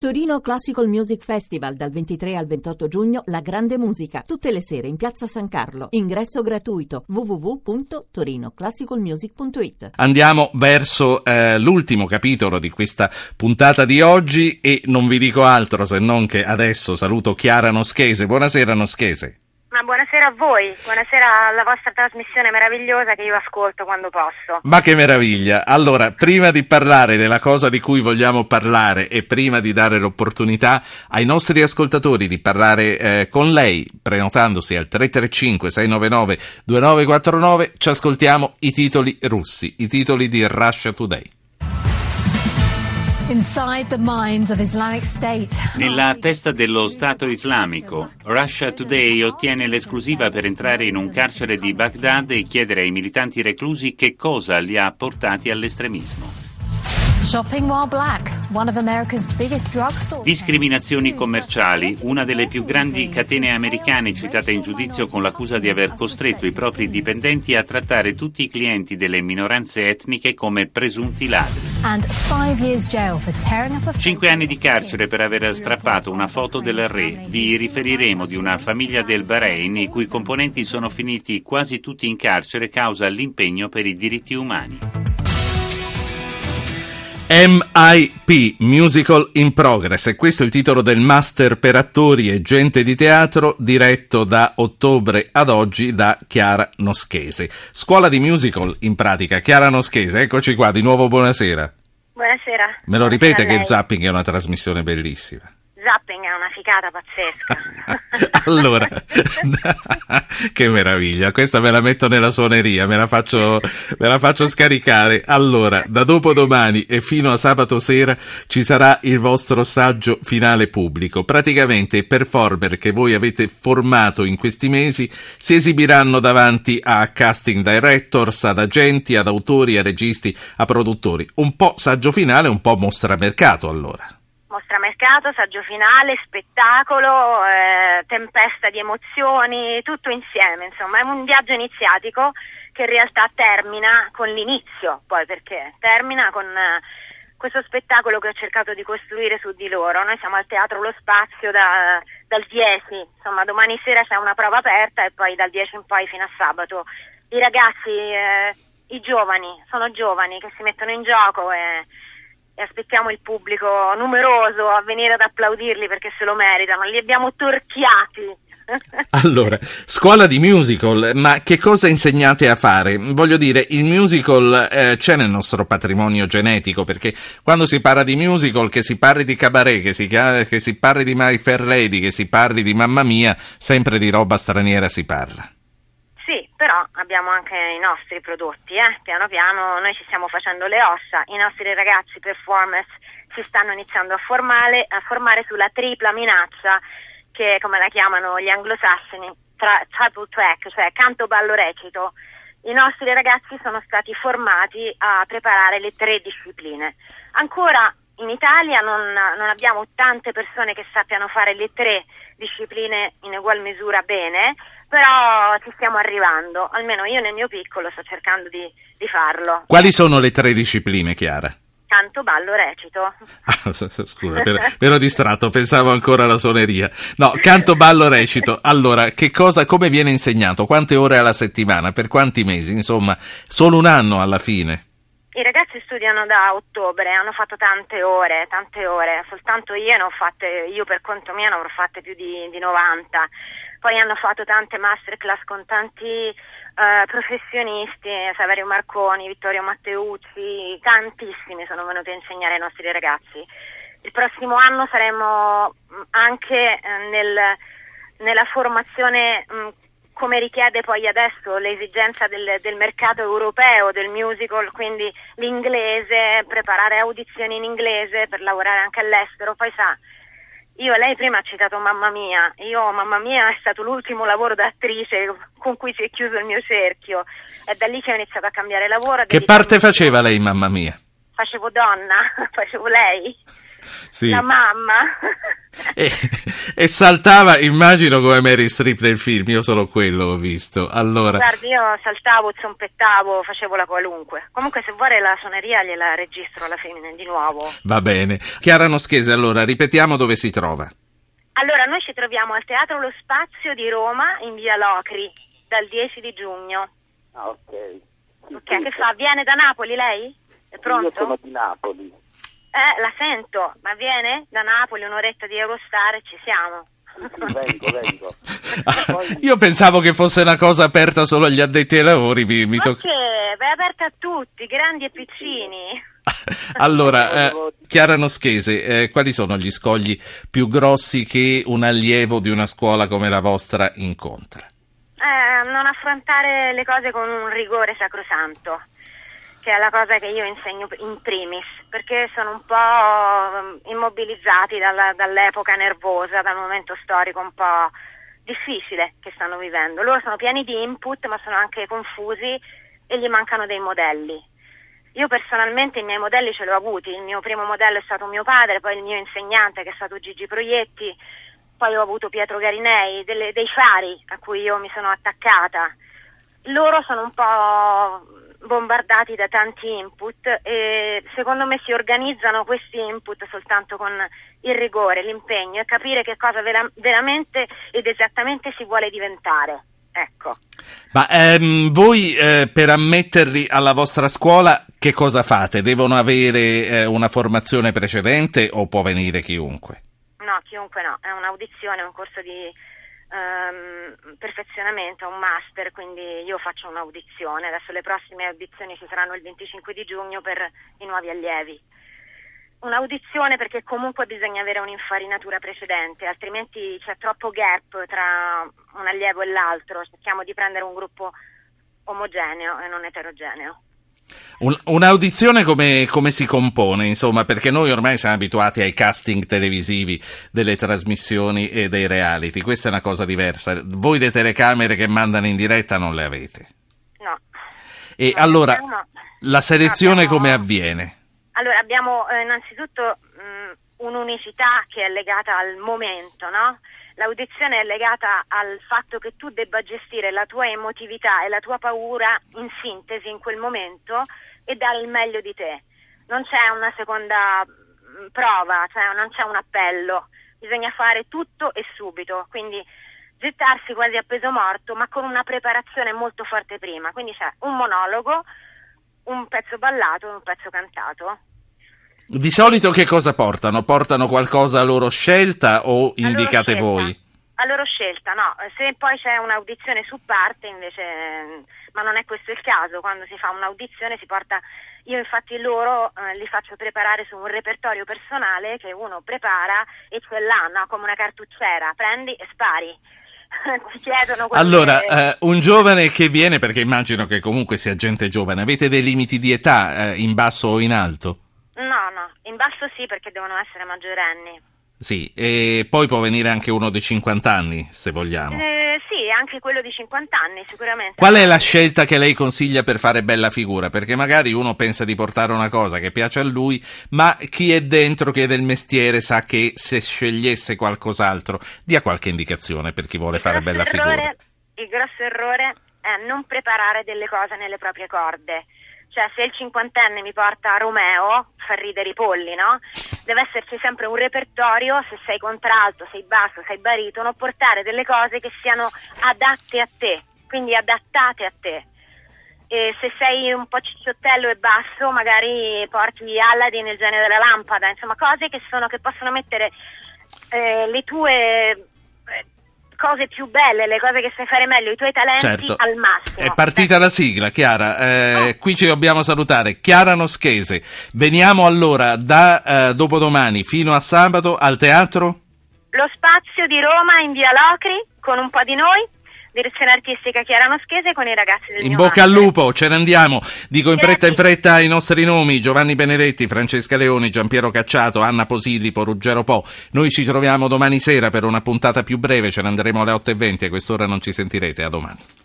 Torino Classical Music Festival dal 23 al 28 giugno, la grande musica, tutte le sere in Piazza San Carlo. Ingresso gratuito, www.torinoclassicalmusic.it. Andiamo verso l'ultimo capitolo di questa puntata di oggi e non vi dico altro se non che adesso saluto Chiara Noschese. Buonasera Noschese. Ma buonasera a voi, buonasera alla vostra trasmissione meravigliosa che io ascolto quando posso. Ma che meraviglia! Allora, prima di parlare della cosa di cui vogliamo parlare e prima di dare l'opportunità ai nostri ascoltatori di parlare con lei, prenotandosi al 335-699-2949, ci ascoltiamo i titoli russi, i titoli di Russia Today. Nella testa dello Stato islamico, Russia Today ottiene l'esclusiva per entrare in un carcere di Baghdad e chiedere ai militanti reclusi che cosa li ha portati all'estremismo. Discriminazioni commerciali, una delle più grandi catene americane citata in giudizio con l'accusa di aver costretto i propri dipendenti a trattare tutti i clienti delle minoranze etniche come presunti ladri. 5 anni di carcere per aver strappato una foto del re. Vi riferiremo di una famiglia del Bahrain i cui componenti sono finiti quasi tutti in carcere causa l'impegno per i diritti umani. MIP, Musical in Progress, e questo è il titolo del master per attori e gente di teatro diretto da ottobre ad oggi da Chiara Noschese. Scuola di musical in pratica. Chiara Noschese, eccoci qua, di nuovo buonasera. Buonasera. Me lo ripete che Zapping è una trasmissione bellissima? Zapping è una figata pazzesca. Allora, che meraviglia, questa me la metto nella suoneria, me la faccio scaricare. Allora, da dopodomani e fino a sabato sera ci sarà il vostro saggio finale pubblico. Praticamente i performer che voi avete formato in questi mesi si esibiranno davanti a casting directors, ad agenti, ad autori, a registi, a produttori. Un po' saggio finale, un po' mostra mercato allora. Mostra mercato, saggio finale, spettacolo, tempesta di emozioni, tutto insieme, insomma è un viaggio iniziatico che in realtà termina con l'inizio, poi perché termina con questo spettacolo che ho cercato di costruire su di loro. Noi siamo al Teatro Lo Spazio dal 10, insomma domani sera c'è una prova aperta e poi dal 10 in poi fino a sabato. I ragazzi, i giovani, sono giovani che si mettono in gioco e aspettiamo il pubblico numeroso a venire ad applaudirli perché se lo meritano, li abbiamo torchiati. Allora, scuola di musical, ma che cosa insegnate a fare? Voglio dire, il musical c'è nel nostro patrimonio genetico, perché quando si parla di musical, che si parli di Cabaret, che si parli di My Fair Lady, che si parli di Mamma Mia, sempre di roba straniera si parla. Sì, però abbiamo anche i nostri prodotti, piano piano noi ci stiamo facendo le ossa, i nostri ragazzi performers si stanno iniziando a formare sulla tripla minaccia che, come la chiamano gli anglosassoni, triple track, cioè canto, ballo, recito. I nostri ragazzi sono stati formati a preparare le 3 discipline. Ancora in Italia non abbiamo tante persone che sappiano fare le 3 discipline in ugual misura bene, però ci stiamo arrivando, almeno io nel mio piccolo sto cercando di farlo. Quali sono le 3 discipline, Chiara? Canto, ballo, recito. Scusa, mi ero distratto, pensavo ancora alla suoneria. No, canto, ballo, recito. Allora, come viene insegnato? Quante ore alla settimana? Per quanti mesi? Insomma, solo un anno alla fine? I ragazzi studiano da ottobre, hanno fatto tante ore, soltanto io per conto mio ne avrò fatte più di 90. Poi hanno fatto tante masterclass con tanti professionisti, Saverio Marconi, Vittorio Matteucci, tantissimi sono venuti a insegnare ai nostri ragazzi. Il prossimo anno saremo anche nella formazione come richiede poi adesso l'esigenza del mercato europeo del musical, quindi l'inglese, preparare audizioni in inglese per lavorare anche all'estero. Poi lei prima ha citato Mamma Mia, Mamma Mia è stato l'ultimo lavoro da attrice con cui si è chiuso il mio cerchio, è da lì che ho iniziato a cambiare lavoro. Che parte faceva lei in Mamma Mia? Facevo donna, facevo lei. Sì. La mamma. E saltava, immagino, come Meryl Streep nel film. Io solo quello ho visto. Allora, Guardi, io saltavo, zompettavo, facevo la qualunque. Comunque, se vuole la suoneria gliela registro alla fine di nuovo. va bene. Chiara Noschese, allora, ripetiamo dove si trova. Allora, noi ci troviamo al Teatro Lo Spazio di Roma, in via Locri, dal 10 di giugno. Ah, ok. Sì, Ok, sì, che fa? Viene da Napoli lei? È pronto? Io sono di Napoli. La sento, ma viene da Napoli, un'oretta di Eurostar e ci siamo. Sì, vengo. Io pensavo che fosse una cosa aperta solo agli addetti ai lavori. Mi Ma tocca. che? È aperta a tutti, grandi e piccini. Allora, Chiara Noschese, quali sono gli scogli più grossi che un allievo di una scuola come la vostra incontra? Non affrontare le cose con un rigore sacrosanto, che è la cosa che io insegno in primis, perché sono un po' immobilizzati dall'epoca nervosa, dal momento storico un po' difficile che stanno vivendo. Loro sono pieni di input, ma sono anche confusi e gli mancano dei modelli. Io personalmente i miei modelli ce li ho avuti. Il mio primo modello è stato mio padre, poi il mio insegnante che è stato Gigi Proietti, poi ho avuto Pietro Garinei, dei fari a cui io mi sono attaccata. Loro sono un po' bombardati da tanti input e secondo me si organizzano questi input soltanto con il rigore, l'impegno e capire che cosa veramente ed esattamente si vuole diventare. Ecco. Ma voi per ammetterli alla vostra scuola che cosa fate? Devono avere una formazione precedente o può venire chiunque? No, chiunque no, è un'audizione, un corso di perfezionamento, un master, quindi io faccio un'audizione. Adesso le prossime audizioni ci saranno il 25 di giugno per i nuovi allievi. Un'audizione perché comunque bisogna avere un'infarinatura precedente, altrimenti c'è troppo gap tra un allievo e l'altro. Cerchiamo di prendere un gruppo omogeneo e non eterogeneo. Un'audizione come si compone, insomma, perché noi ormai siamo abituati ai casting televisivi delle trasmissioni e dei reality, questa è una cosa diversa. Voi le telecamere che mandano in diretta non le avete? No. E no, allora, no. la selezione abbiamo... come avviene? Allora, abbiamo innanzitutto un'unicità che è legata al momento, no? L'audizione è legata al fatto che tu debba gestire la tua emotività e la tua paura in sintesi in quel momento e dare il meglio di te. Non c'è una seconda prova, cioè non c'è un appello, bisogna fare tutto e subito, quindi gettarsi quasi a peso morto ma con una preparazione molto forte prima, quindi c'è un monologo, un pezzo ballato e un pezzo cantato. Di solito che cosa portano? Portano qualcosa a loro scelta o indicate voi? A loro scelta, no. Se poi c'è un'audizione su parte invece, ma non è questo il caso, quando si fa un'audizione si porta, io infatti loro li faccio preparare su un repertorio personale che uno prepara e ce l'ha, no? Come una cartucciera, prendi e spari. Ti chiedono allora, un giovane che viene, perché immagino che comunque sia gente giovane, avete dei limiti di età in basso o in alto? No, in basso sì, perché devono essere maggiorenni. Sì, e poi può venire anche uno di 50 anni, se vogliamo. Sì, anche quello di 50 anni, sicuramente. Qual è la scelta che lei consiglia per fare bella figura? Perché magari uno pensa di portare una cosa che piace a lui, ma chi è dentro, chi è del mestiere, sa che se scegliesse qualcos'altro, dia qualche indicazione per chi vuole fare bella figura. Il grosso errore è non preparare delle cose nelle proprie corde. Cioè, se il cinquantenne mi porta a Romeo, fa ridere i polli, no? Deve esserci sempre un repertorio, se sei contralto, sei basso, sei baritono, portare delle cose che siano adatte a te, quindi adattate a te. E se sei un po' cicciottello e basso, magari porti Aladdin, il genio della lampada, insomma, cose che possono mettere le tue... cose più belle, le cose che sai fare meglio, i tuoi talenti certo. Al massimo. È partita la sigla, Chiara. Qui ci dobbiamo salutare. Chiara Noschese. Veniamo allora da dopodomani fino a sabato al Teatro Lo Spazio di Roma in via Locri con un po' di noi. Direzione artistica Chiara Noschese con i ragazzi del in mio bocca al master. lupo, ce ne andiamo. Dico in fretta i nostri nomi: Giovanni Benedetti, Francesca Leoni, Giampiero Cacciato, Anna Posillipo, Ruggero Po. Noi ci troviamo domani sera per una puntata più breve, ce ne andremo alle 8:20, a quest'ora non ci sentirete. A domani.